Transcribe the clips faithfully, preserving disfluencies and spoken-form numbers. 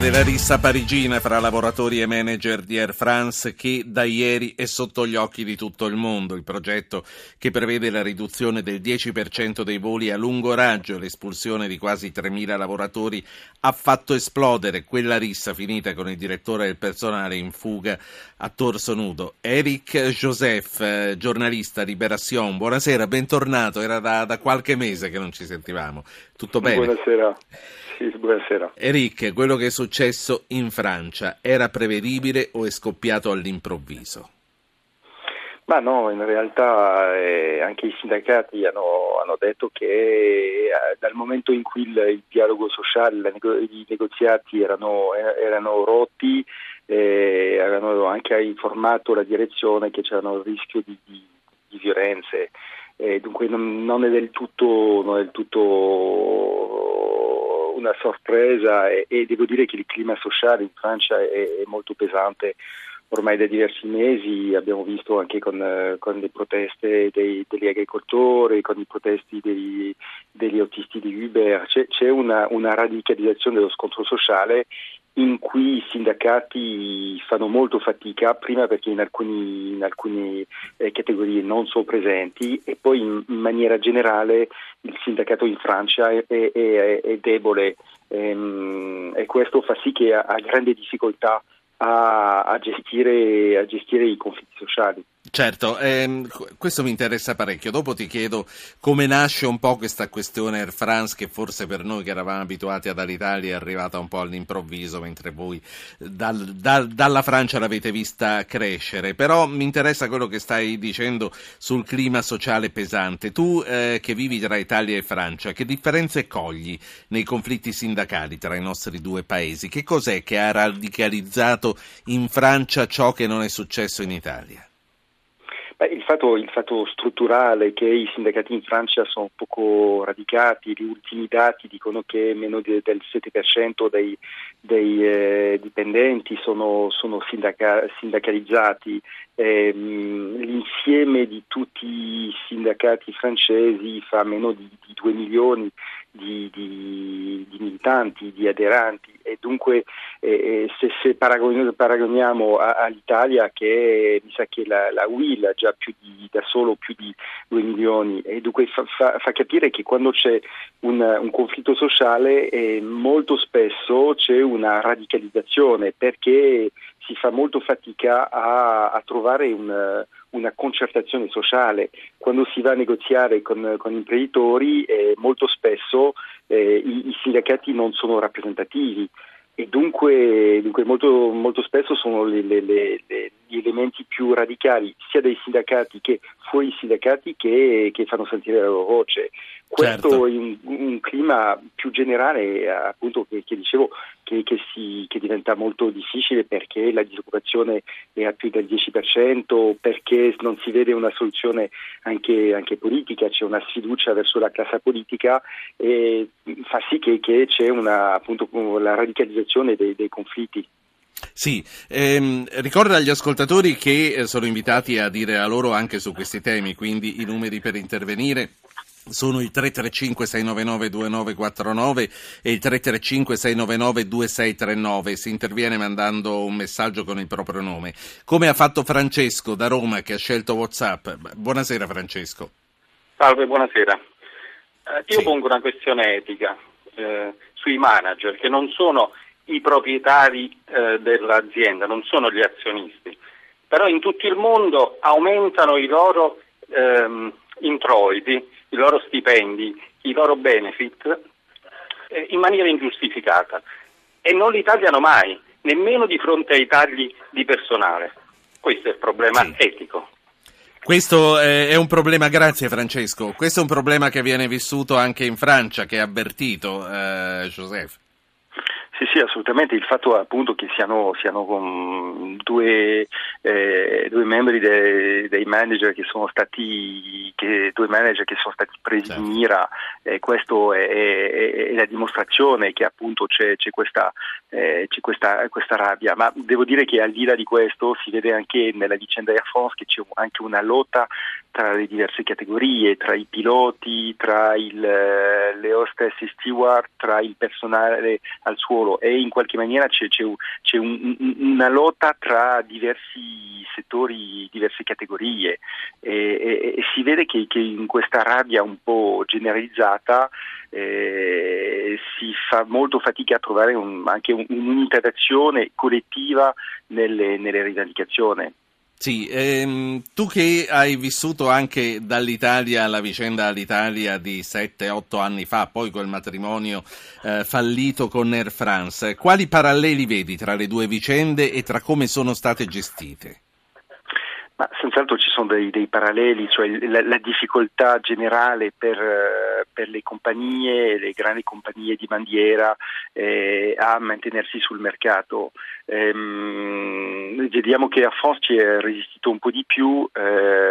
Della rissa parigina fra lavoratori e manager di Air France che da ieri è sotto gli occhi di tutto il mondo. Il progetto che prevede la riduzione del dieci per cento dei voli a lungo raggio e l'espulsione di quasi tremila lavoratori ha fatto esplodere quella rissa finita con il direttore del personale in fuga a torso nudo. Eric Joseph, giornalista Libération, buonasera, bentornato, era da, da qualche mese che non ci sentivamo. Tutto bene? Buonasera. Sì, buonasera. Eric, quello che è successo in Francia era prevedibile o è scoppiato all'improvviso? Ma no, in realtà eh, anche i sindacati hanno, hanno detto che eh, dal momento in cui il, il dialogo sociale, nego- i negoziati erano, erano rotti, eh, avevano anche informato la direzione che c'erano il rischio di, di, di violenze. Eh, dunque non, non è del tutto, non è del tutto una sorpresa e, e devo dire che il clima sociale in Francia è, è molto pesante. Ormai da diversi mesi abbiamo visto anche con, con le proteste dei, degli agricoltori, con i protesti dei, degli autisti di Uber, c'è, c'è una, una radicalizzazione dello scontro sociale in cui i sindacati fanno molto fatica, prima perché in alcuni, in alcune eh, categorie non sono presenti e poi in, in maniera generale il sindacato in Francia è, è, è, è debole ehm, e questo fa sì che ha, ha grande difficoltà A, a, gestire, a gestire i conflitti sociali. Certo, ehm, questo mi interessa parecchio. Dopo ti chiedo come nasce un po' questa questione Air France che forse per noi che eravamo abituati ad Alitalia è arrivata un po' all'improvviso, mentre voi dal, dal, dalla Francia l'avete vista crescere. Però mi interessa quello che stai dicendo sul clima sociale pesante. Tu eh, che vivi tra Italia e Francia, che differenze cogli nei conflitti sindacali tra i nostri due paesi? Che cos'è che ha radicalizzato in Francia ciò che non è successo in Italia? Il fatto, il fatto strutturale che i sindacati in Francia sono poco radicati, gli ultimi dati dicono che meno di, del sette per cento dei, dei eh, dipendenti sono, sono sindaca, sindacalizzati, eh, l'insieme di tutti i sindacati francesi fa meno di, di due milioni di, di, di militanti, di aderanti e dunque eh, se, se paragoniamo, paragoniamo a, all'Italia che mi sa che la, la U I L ha già più di, da solo più di due milioni e dunque fa, fa, fa capire che quando c'è un, un conflitto sociale eh, molto spesso c'è una radicalizzazione perché si fa molto fatica a, a trovare un, una concertazione sociale. Quando si va a negoziare con, con imprenditori eh, molto spesso eh, i, i sindacati non sono rappresentativi e dunque, dunque molto, molto spesso sono le, le, le, gli elementi più radicali sia dei sindacati che fuori i sindacati che, che fanno sentire la loro voce. Questo certo. è un, un clima più generale appunto che, che dicevo che, che, si, che diventa molto difficile perché la disoccupazione è a più del dieci per cento, perché non si vede una soluzione anche, anche politica, c'è una sfiducia verso la classe politica e fa sì che, che c'è una appunto la radicalizzazione dei, dei conflitti. Sì, ehm, ricordo agli ascoltatori che sono invitati a dire la loro anche su questi temi, quindi i numeri per intervenire sono il tre tre cinque sei nove nove due nove quattro nove e il tre tre cinque sei nove nove due sei tre nove. Si interviene mandando un messaggio con il proprio nome, come ha fatto Francesco da Roma che ha scelto WhatsApp. Buonasera Francesco. Salve, buonasera. Eh, io sì. pongo una questione etica eh, sui manager che non sono i proprietari eh, dell'azienda, non sono gli azionisti, però in tutto il mondo aumentano i loro ehm, introiti, i loro stipendi, i loro benefit eh, in maniera ingiustificata e non li tagliano mai, nemmeno di fronte ai tagli di personale. Questo è il problema sì. etico. Questo è un problema, grazie Francesco, questo è un problema che viene vissuto anche in Francia, che ha avvertito eh, Joseph. Sì, sì, assolutamente. Il fatto appunto che siano, siano con due, eh, due membri de, dei manager che sono stati che, due manager che sono stati presi certo. in mira, eh, questo è, è, è la dimostrazione che appunto c'è, c'è questa eh, c'è questa, questa rabbia. Ma devo dire che al di là di questo si vede anche nella vicenda Air France che c'è anche una lotta tra le diverse categorie, tra i piloti, tra il, le hostess e steward, tra il personale al suolo. mondo e in qualche maniera c'è, c'è, c'è un, una lotta tra diversi settori, diverse categorie e, e, e si vede che, che in questa rabbia un po' generalizzata eh, si fa molto fatica a trovare un, anche un, un'interazione collettiva nelle, nelle rivendicazioni. Sì, ehm, tu che hai vissuto anche dall'Italia la vicenda all'Italia di sette otto anni fa, poi quel matrimonio eh, fallito con Air France, quali paralleli vedi tra le due vicende e tra come sono state gestite? Ma senz'altro ci sono dei, dei paralleli, cioè la, la difficoltà generale per, per le compagnie, le grandi compagnie di bandiera eh, a mantenersi sul mercato. Ehm, vediamo che Air France ci è resistito un po' di più, eh,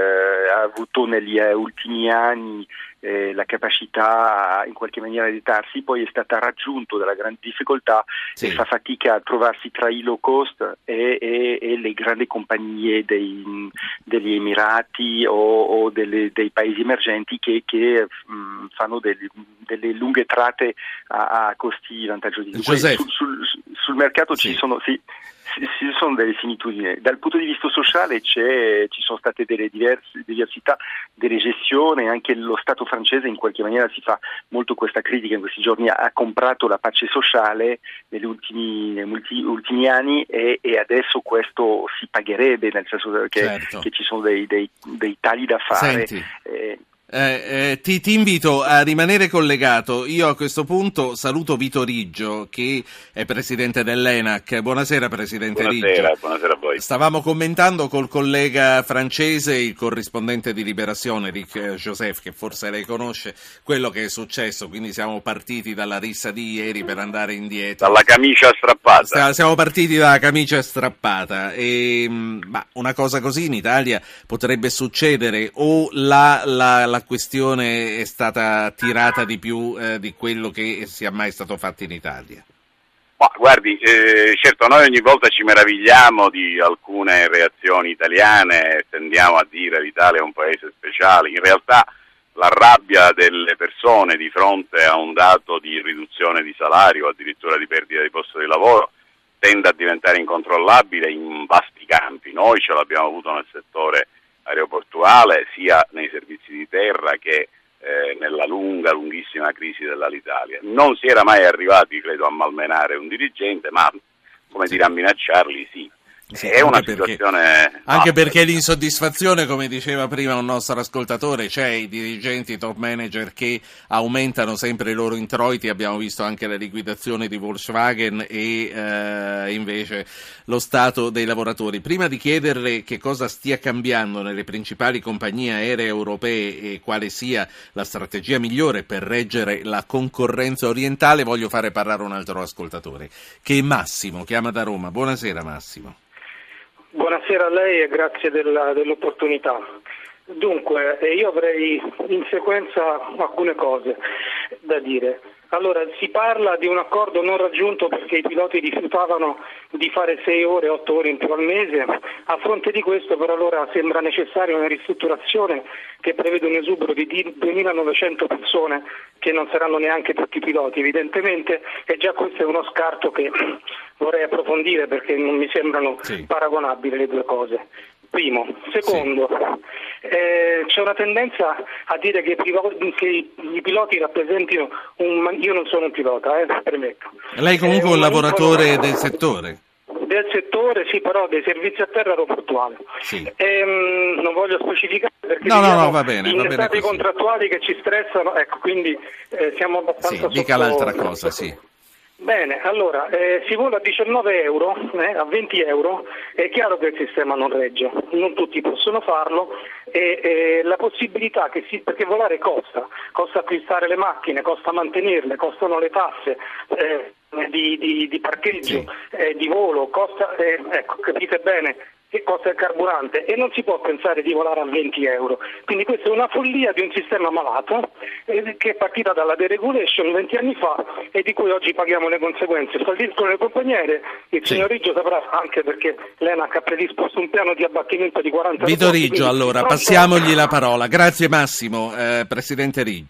ha avuto negli ultimi anni eh, la capacità in qualche maniera di darsi, poi è stata raggiunto dalla grande difficoltà sì. e fa fatica a trovarsi tra i low cost e, e, e le grandi compagnie dei, degli Emirati o, o delle, dei paesi emergenti che, che mh, fanno delle, delle lunghe tratte a, a costi vantaggiosi. Sul, sul, sul mercato sì. ci sono sì, ci sono delle similitudini. Dal punto di vista sociale c'è, ci sono state delle diverse, diversità delle gestioni, anche lo Stato francese in qualche maniera si fa molto questa critica in questi giorni, ha comprato la pace sociale negli ultimi, negli ultimi, ultimi anni e, e adesso questo si pagherebbe, nel senso che, certo. che ci sono dei, dei, dei tagli da fare. Eh, Eh, eh, ti, ti invito a rimanere collegato. Io a questo punto saluto Vito Riggio, che è presidente dell'ENAC. Buonasera Presidente buonasera, Riggio. Buonasera a voi. Stavamo commentando col collega francese, il corrispondente di Libération, Eric Joseph, che forse lei conosce, quello che è successo, quindi siamo partiti dalla rissa di ieri per andare indietro. Dalla camicia strappata. Siamo partiti dalla camicia strappata e ma una cosa così in Italia potrebbe succedere o la, la, la questione è stata tirata di più eh, di quello che sia mai stato fatto in Italia? Ma guardi, eh, certo noi ogni volta ci meravigliamo di alcune reazioni italiane, tendiamo a dire l'Italia è un paese speciale, in realtà la rabbia delle persone di fronte a un dato di riduzione di salario o addirittura di perdita di posto di lavoro tende a diventare incontrollabile in vasti campi. Noi ce l'abbiamo avuto nel settore aeroportuale, sia nei servizi di terra che eh, nella lunga, lunghissima crisi dell'Alitalia. Non si era mai arrivati, credo, a malmenare un dirigente, ma, come dire, a minacciarli sì. Sì, è una perché, situazione anche no, perché l'insoddisfazione, come diceva prima un nostro ascoltatore, c'è, i dirigenti, i top manager che aumentano sempre i loro introiti, abbiamo visto anche la liquidazione di Volkswagen e eh, invece lo stato dei lavoratori. Prima di chiederle che cosa stia cambiando nelle principali compagnie aeree europee e quale sia la strategia migliore per reggere la concorrenza orientale, voglio fare parlare un altro ascoltatore, che è Massimo, chiama da Roma. Buonasera Massimo. Buonasera a lei e grazie della, dell'opportunità. Dunque, io avrei in sequenza alcune cose da dire. Allora, si parla di un accordo non raggiunto perché i piloti rifiutavano di fare sei ore, otto ore in più al mese. A fronte di questo, per allora, sembra necessaria una ristrutturazione che prevede un esubero di duemilanovecento persone che non saranno neanche tutti piloti, evidentemente, e già questo è uno scarto che vorrei approfondire perché non mi sembrano sì. paragonabili le due cose. Primo. Secondo, sì. eh, c'è una tendenza a dire che, che i piloti rappresentino un... Io non sono un pilota, eh, permetto. Lei comunque è un, un lavoratore del settore? Del settore, sì, però dei servizi a terra aeroportuale. Sì. Ehm, non voglio specificare perché no, no, no, va bene, va bene così. Contrattuali che ci stressano, ecco, quindi eh, siamo abbastanza... Sì, dica sotto... l'altra cosa, sì. Bene, allora, eh, si vola a diciannove euro, eh, a venti euro, è chiaro che il sistema non regge, non tutti possono farlo e, e la possibilità che si, perché volare costa, costa acquistare le macchine, costa mantenerle, costano le tasse eh, di, di, di parcheggio, sì. eh, di volo, costa, eh, ecco, capite bene che costa il carburante e non si può pensare di volare a venti euro. Quindi questa è una follia di un sistema malato eh, che è partita dalla deregulation venti anni fa e di cui oggi paghiamo le conseguenze. Falliscono le compagnie aeree, il sì. signor Riggio saprà anche perché l'ENAC ha predisposto un piano di abbattimento di quaranta Vito Riggio, allora, passiamogli la parola. Grazie Massimo, eh, Presidente Riggio.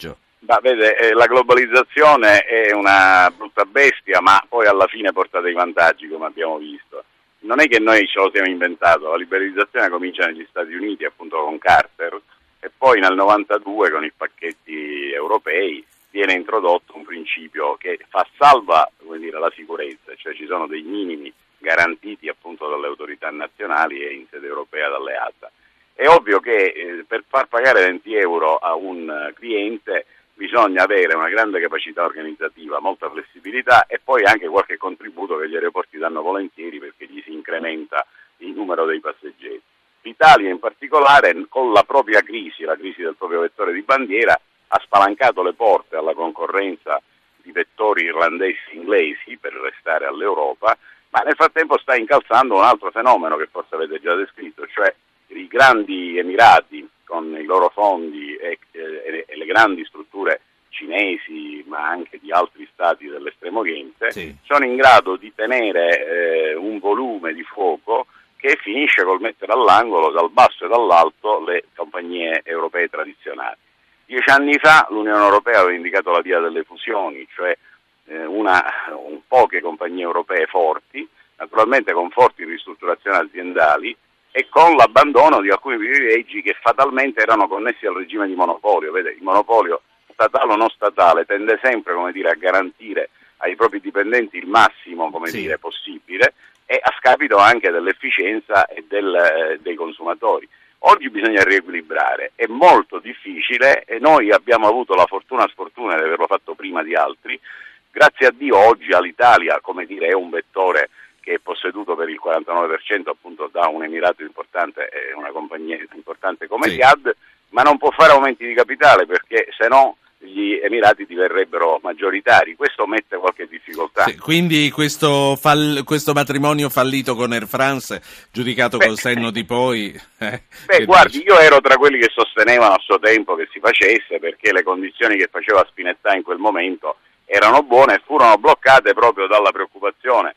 Ma vede, eh, la globalizzazione è una brutta bestia, ma poi alla fine porta dei vantaggi, come abbiamo visto. Non è che noi ce lo siamo inventato, la liberalizzazione comincia negli Stati Uniti, appunto con Carter, e poi nel novantadue con i pacchetti europei viene introdotto un principio che fa salva, come dire, la sicurezza, cioè ci sono dei minimi garantiti appunto dalle autorità nazionali e in sede europea dalle A S A. È ovvio che eh, per far pagare venti euro a un uh, cliente bisogna avere una grande capacità organizzativa, molta flessibilità e poi anche qualche contributo che gli aeroporti danno volentieri perché gli si incrementa il numero dei passeggeri. L'Italia in particolare, con la propria crisi, la crisi del proprio vettore di bandiera, ha spalancato le porte alla concorrenza di vettori irlandesi e inglesi per restare all'Europa, ma nel frattempo sta incalzando un altro fenomeno che forse avete già descritto, cioè i grandi Emirati con i loro fondi e, e, e le grandi strutture cinesi ma anche di altri stati dell'estremo oriente, sì, sono in grado di tenere eh, un volume di fuoco che finisce col mettere all'angolo dal basso e dall'alto le compagnie europee tradizionali. Dieci anni fa l'Unione Europea aveva indicato la via delle fusioni, cioè eh, una, un, poche compagnie europee forti, naturalmente con forti ristrutturazioni aziendali, e con l'abbandono di alcuni privilegi che fatalmente erano connessi al regime di monopolio. Vede, il monopolio statale o non statale tende sempre, come dire, a garantire ai propri dipendenti il massimo, come sì, dire, possibile, e a scapito anche dell'efficienza e del, eh, dei consumatori. Oggi bisogna riequilibrare, è molto difficile e noi abbiamo avuto la fortuna sfortuna di averlo fatto prima di altri. Grazie a Dio oggi all'Italia, come dire, è un vettore che è posseduto per il quarantanove per cento appunto da un Emirato importante e una compagnia importante come sì, Etihad, ma non può fare aumenti di capitale perché se no gli Emirati diverrebbero maggioritari. Questo mette qualche difficoltà. Sì, quindi questo, fall- questo matrimonio fallito con Air France, giudicato beh, col senno di poi... Eh, beh, guardi, dici? Io ero tra quelli che sostenevano a suo tempo che si facesse perché le condizioni che faceva Spinetta in quel momento erano buone e furono bloccate proprio dalla preoccupazione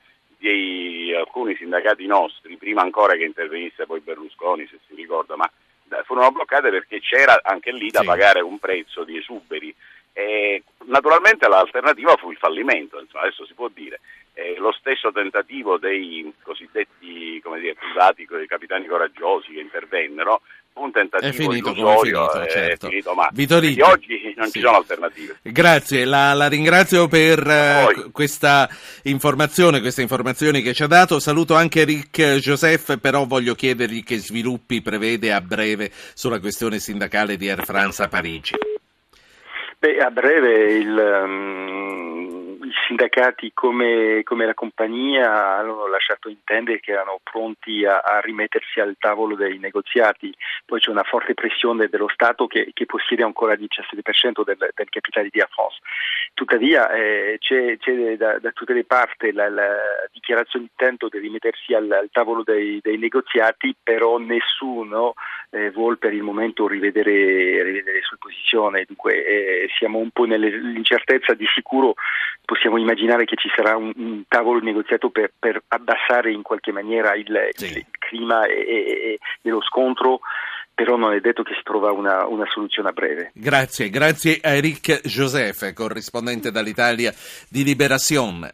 di alcuni sindacati nostri, prima ancora che intervenisse poi Berlusconi, se si ricorda, ma furono bloccate perché c'era anche lì da sì, pagare un prezzo di esuberi. E naturalmente l'alternativa fu il fallimento, insomma, adesso si può dire. Eh, lo stesso tentativo dei cosiddetti, come dire, privati, dei capitani coraggiosi che intervennero, un tentativo è finito illusorio, come è finito, certo. È finito ma Vitorino, oggi non sì, ci sono alternative. Grazie, la, la ringrazio per uh, questa informazione, queste informazioni che ci ha dato. Saluto anche Eric Joseph, però voglio chiedergli che sviluppi prevede a breve sulla questione sindacale di Air France a Parigi. Beh, a breve il, um, i sindacati come, come la compagnia hanno lasciato intendere che erano pronti a, a rimettersi al tavolo dei negoziati. Poi c'è una forte pressione dello Stato che, che possiede ancora il diciassette per cento del, del capitale di Air France. Tuttavia eh, c'è, c'è da, da tutte le parti la, la dichiarazione di intento di rimettersi al, al tavolo dei, dei negoziati, però nessuno eh, vuole per il momento rivedere, rivedere le sue posizioni. Dunque eh, siamo un po' nell'incertezza. Di sicuro possiamo immaginare che ci sarà un, un tavolo negoziato per, per abbassare in qualche maniera il, sì, il clima e, e, e dello scontro, però non è detto che si trova una, una soluzione a breve. Grazie, grazie a Eric Joseph, corrispondente dall'Italia di Libération.